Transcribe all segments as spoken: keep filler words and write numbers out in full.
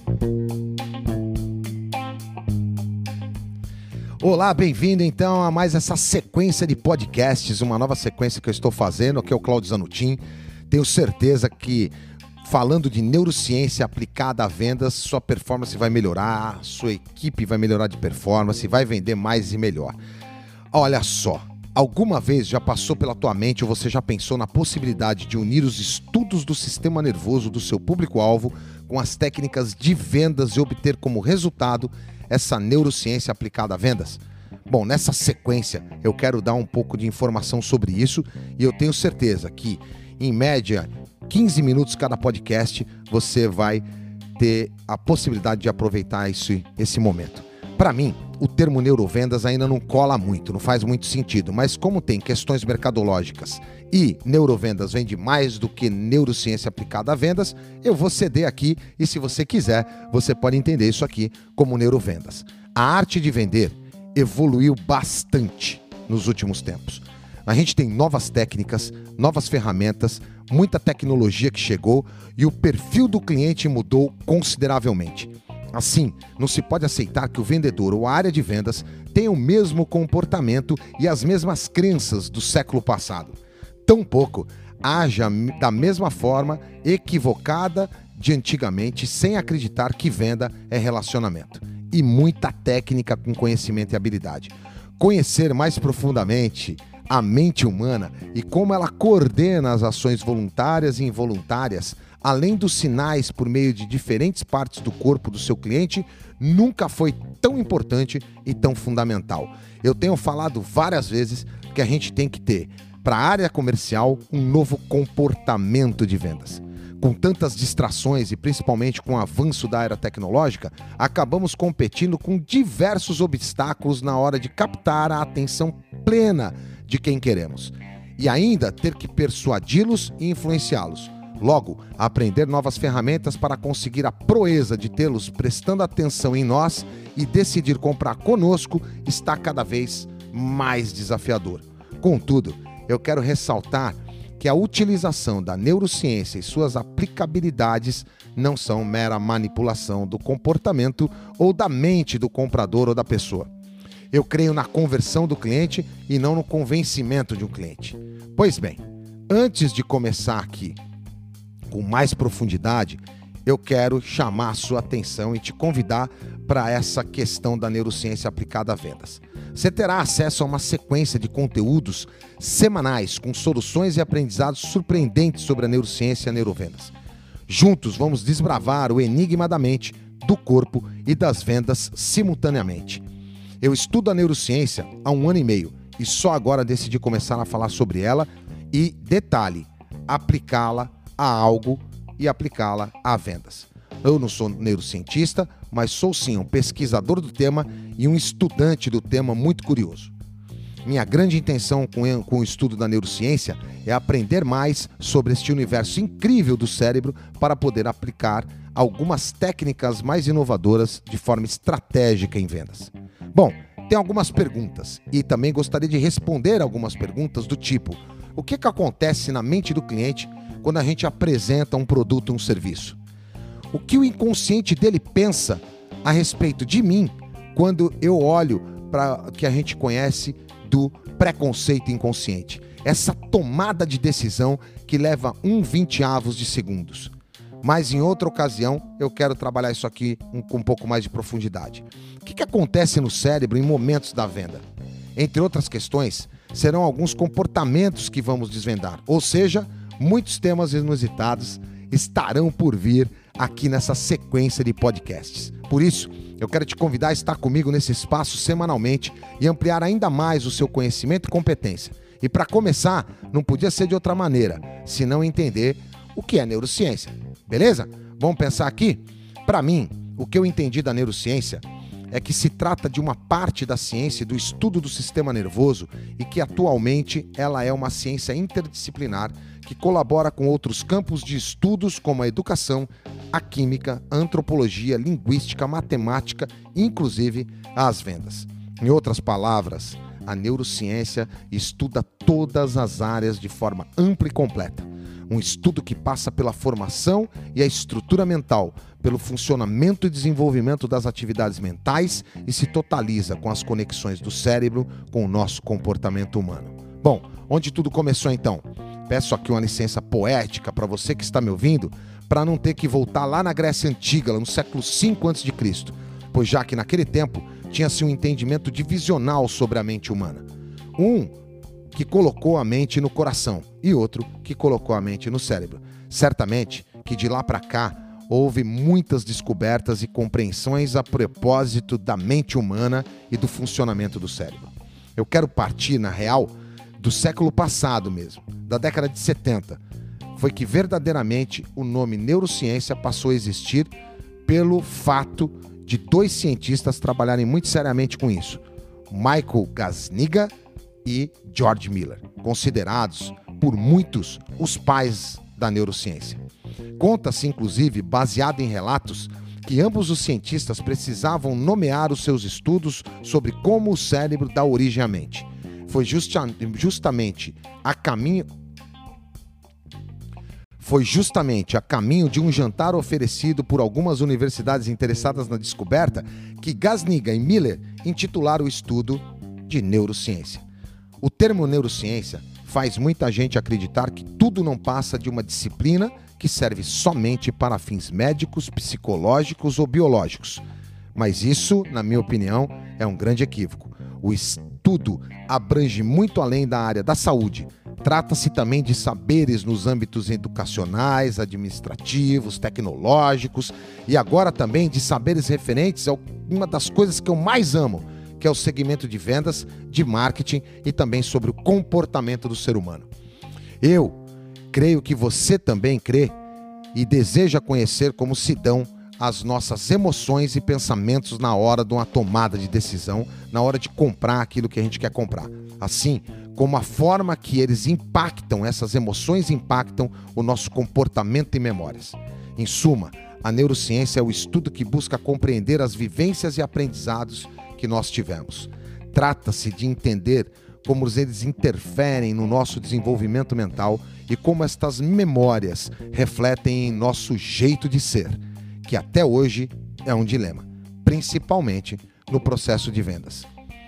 Olá, bem-vindo então a mais essa sequência de podcasts, uma nova sequência que eu estou fazendo, que é o Claudio Zanutin. Tenho certeza que falando de neurociência aplicada a vendas, sua performance vai melhorar, sua equipe vai melhorar de performance, vai vender mais e melhor. Olha só, alguma vez já passou pela tua mente ou você já pensou na possibilidade de unir os estudos do sistema nervoso do seu público-alvo com as técnicas de vendas e obter como resultado essa neurociência aplicada a vendas? Bom, nessa sequência eu quero dar um pouco de informação sobre isso e eu tenho certeza que, em média, quinze minutos cada podcast, você vai ter a possibilidade de aproveitar esse, esse momento. Para mim, o termo neurovendas ainda não cola muito, não faz muito sentido, mas como tem questões mercadológicas e neurovendas vende mais do que neurociência aplicada a vendas, eu vou ceder aqui e se você quiser, você pode entender isso aqui como neurovendas. A arte de vender evoluiu bastante nos últimos tempos. A gente tem novas técnicas, novas ferramentas, muita tecnologia que chegou e o perfil do cliente mudou consideravelmente. Assim, não se pode aceitar que o vendedor ou a área de vendas tenha o mesmo comportamento e as mesmas crenças do século passado. Tampouco haja da mesma forma equivocada de antigamente sem acreditar que venda é relacionamento. E muita técnica com conhecimento e habilidade. Conhecer mais profundamente a mente humana e como ela coordena as ações voluntárias e involuntárias, além dos sinais por meio de diferentes partes do corpo do seu cliente, nunca foi tão importante e tão fundamental. Eu tenho falado várias vezes que a gente tem que ter, para a área comercial, um novo comportamento de vendas. Com tantas distrações e principalmente com o avanço da era tecnológica, acabamos competindo com diversos obstáculos na hora de captar a atenção plena de quem queremos. E ainda ter que persuadi-los e influenciá-los. Logo, aprender novas ferramentas para conseguir a proeza de tê-los prestando atenção em nós e decidir comprar conosco está cada vez mais desafiador. Contudo, eu quero ressaltar que a utilização da neurociência e suas aplicabilidades não são mera manipulação do comportamento ou da mente do comprador ou da pessoa. Eu creio na conversão do cliente e não no convencimento de um cliente. Pois bem, antes de começar aqui com mais profundidade, eu quero chamar a sua atenção e te convidar para essa questão da neurociência aplicada a vendas. Você terá acesso a uma sequência de conteúdos semanais com soluções e aprendizados surpreendentes sobre a neurociência e a neurovendas. Juntos vamos desbravar o enigma da mente, do corpo e das vendas simultaneamente. Eu estudo a neurociência há um ano e meio e só agora decidi começar a falar sobre ela e, detalhe, aplicá-la a algo e aplicá-la a vendas. Eu não sou neurocientista, mas sou sim um pesquisador do tema e um estudante do tema muito curioso. Minha grande intenção com, com o estudo da neurociência é aprender mais sobre este universo incrível do cérebro para poder aplicar algumas técnicas mais inovadoras de forma estratégica em vendas. Bom, tem algumas perguntas e também gostaria de responder algumas perguntas do tipo: o que, que acontece na mente do cliente quando a gente apresenta um produto ou um serviço? O que o inconsciente dele pensa a respeito de mim quando eu olho para o que a gente conhece do preconceito inconsciente? Essa tomada de decisão que leva um vinteavos de segundos. Mas em outra ocasião eu quero trabalhar isso aqui um, com um pouco mais de profundidade. O que, que acontece no cérebro em momentos da venda? Entre outras questões, serão alguns comportamentos que vamos desvendar. Ou seja, muitos temas inusitados estarão por vir aqui nessa sequência de podcasts. Por isso, eu quero te convidar a estar comigo nesse espaço semanalmente e ampliar ainda mais o seu conhecimento e competência. E para começar, não podia ser de outra maneira, senão entender o que é neurociência. Beleza? Vamos pensar aqui? Para mim, o que eu entendi da neurociência é que se trata de uma parte da ciência do estudo do sistema nervoso e que atualmente ela é uma ciência interdisciplinar que colabora com outros campos de estudos como a educação, a química, a antropologia, linguística, a matemática e inclusive as vendas. Em outras palavras, a neurociência estuda todas as áreas de forma ampla e completa. Um estudo que passa pela formação e a estrutura mental, pelo funcionamento e desenvolvimento das atividades mentais e se totaliza com as conexões do cérebro com o nosso comportamento humano. Bom, onde tudo começou então? Peço aqui uma licença poética para você que está me ouvindo, para não ter que voltar lá na Grécia Antiga, lá no século cinco antes de Cristo, pois já que naquele tempo tinha-se um entendimento divisional sobre a mente humana. Um que colocou a mente no coração e outro que colocou a mente no cérebro. Certamente que de lá para cá houve muitas descobertas e compreensões a propósito da mente humana e do funcionamento do cérebro. Eu quero partir, na real, do século passado mesmo, da década de setenta. Foi que verdadeiramente o nome neurociência passou a existir pelo fato de dois cientistas trabalharem muito seriamente com isso, Michael Gazzaniga e George Miller, considerados por muitos os pais da neurociência. Conta-se, inclusive, baseado em relatos, que ambos os cientistas precisavam nomear os seus estudos sobre como o cérebro dá origem à mente. Foi justa, justamente a caminho... Foi justamente a caminho de um jantar oferecido por algumas universidades interessadas na descoberta que Gazzaniga e Miller intitularam o estudo de neurociência. O termo neurociência faz muita gente acreditar que tudo não passa de uma disciplina que serve somente para fins médicos, psicológicos ou biológicos. Mas isso, na minha opinião, é um grande equívoco. O estudo abrange muito além da área da saúde. Trata-se também de saberes nos âmbitos educacionais, administrativos, tecnológicos e agora também de saberes referentes a uma das coisas que eu mais amo, que é o segmento de vendas, de marketing e também sobre o comportamento do ser humano. Eu creio que você também crê e deseja conhecer como se dão as nossas emoções e pensamentos na hora de uma tomada de decisão, na hora de comprar aquilo que a gente quer comprar. Assim como a forma que eles impactam, essas emoções impactam o nosso comportamento e memórias. Em suma, a neurociência é o estudo que busca compreender as vivências e aprendizados que nós tivemos. Trata-se de entender como eles interferem no nosso desenvolvimento mental e como estas memórias refletem em nosso jeito de ser, que até hoje é um dilema, principalmente no processo de vendas.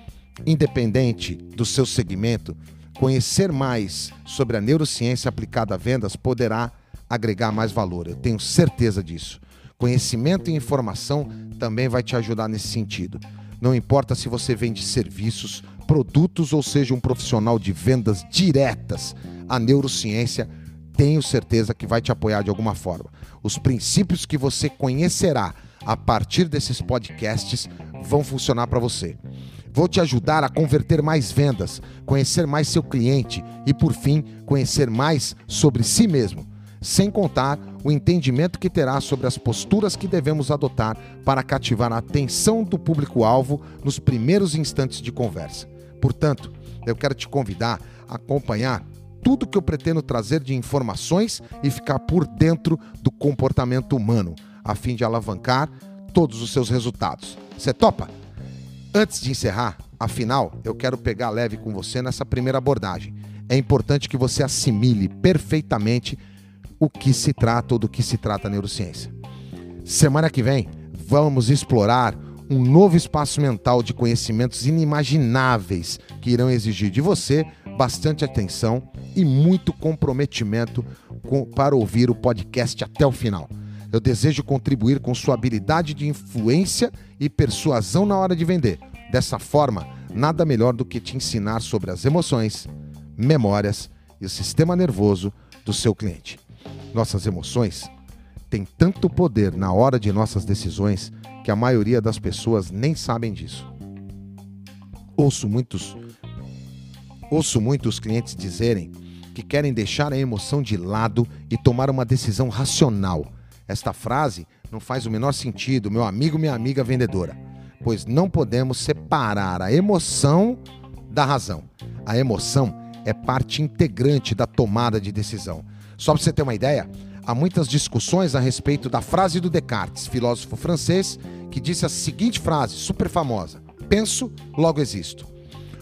Independente do seu segmento, conhecer mais sobre a neurociência aplicada a vendas poderá agregar mais valor, eu tenho certeza disso. Conhecimento e informação também vai te ajudar nesse sentido. Não importa se você vende serviços, produtos ou seja um profissional de vendas diretas, a neurociência tenho certeza que vai te apoiar de alguma forma. Os princípios que você conhecerá a partir desses podcasts vão funcionar para você. Vou te ajudar a converter mais vendas, conhecer mais seu cliente e, por fim, conhecer mais sobre si mesmo. Sem contar o entendimento que terá sobre as posturas que devemos adotar para cativar a atenção do público-alvo nos primeiros instantes de conversa. Portanto, eu quero te convidar a acompanhar tudo que eu pretendo trazer de informações e ficar por dentro do comportamento humano, a fim de alavancar todos os seus resultados. Você topa? Antes de encerrar, afinal, eu quero pegar leve com você nessa primeira abordagem. É importante que você assimile perfeitamente o que se trata ou do que se trata a neurociência. Semana que vem, vamos explorar um novo espaço mental de conhecimentos inimagináveis que irão exigir de você bastante atenção e muito comprometimento com, para ouvir o podcast até o final. Eu desejo contribuir com sua habilidade de influência e persuasão na hora de vender. Dessa forma, nada melhor do que te ensinar sobre as emoções, memórias e o sistema nervoso do seu cliente. Nossas emoções têm tanto poder na hora de nossas decisões que a maioria das pessoas nem sabem disso. Ouço muitos, ouço muitos clientes dizerem que querem deixar a emoção de lado e tomar uma decisão racional. Esta frase não faz o menor sentido, meu amigo, minha amiga vendedora, pois não podemos separar a emoção da razão. A emoção é parte integrante da tomada de decisão. Só para você ter uma ideia, há muitas discussões a respeito da frase do Descartes, filósofo francês, que disse a seguinte frase, super famosa: penso, logo existo.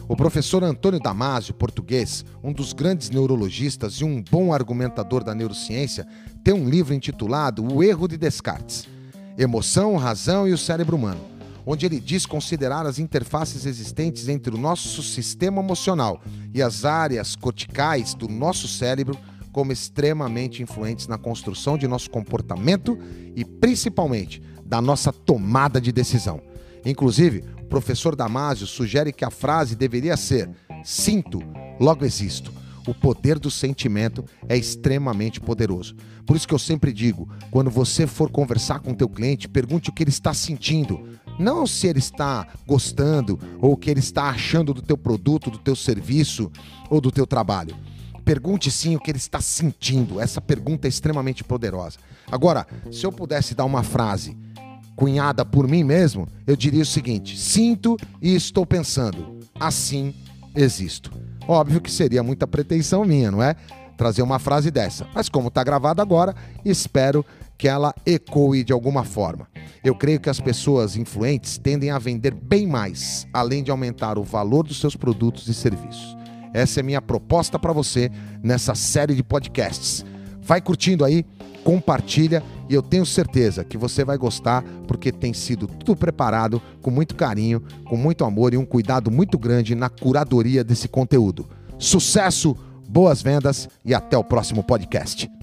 O professor Antônio Damasio, português, um dos grandes neurologistas e um bom argumentador da neurociência, tem um livro intitulado O Erro de Descartes, Emoção, Razão e o Cérebro Humano, onde ele diz considerar as interfaces existentes entre o nosso sistema emocional e as áreas corticais do nosso cérebro como extremamente influentes na construção de nosso comportamento e, principalmente, da nossa tomada de decisão. Inclusive, o professor Damasio sugere que a frase deveria ser: sinto, logo existo. O poder do sentimento é extremamente poderoso. Por isso que eu sempre digo, quando você for conversar com o teu cliente, pergunte o que ele está sentindo. Não se ele está gostando ou o que ele está achando do teu produto, do teu serviço ou do teu trabalho. Pergunte sim o que ele está sentindo. Essa pergunta é extremamente poderosa. Agora, se eu pudesse dar uma frase cunhada por mim mesmo, eu diria o seguinte: sinto e estou pensando, assim existo. Óbvio que seria muita pretensão minha, não é? Trazer uma frase dessa. Mas como está gravada agora, espero que ela ecoe de alguma forma. Eu creio que as pessoas influentes tendem a vender bem mais, além de aumentar o valor dos seus produtos e serviços. Essa é minha proposta para você nessa série de podcasts. Vai curtindo aí, compartilha e eu tenho certeza que você vai gostar, porque tem sido tudo preparado com muito carinho, com muito amor e um cuidado muito grande na curadoria desse conteúdo. Sucesso, boas vendas e até o próximo podcast.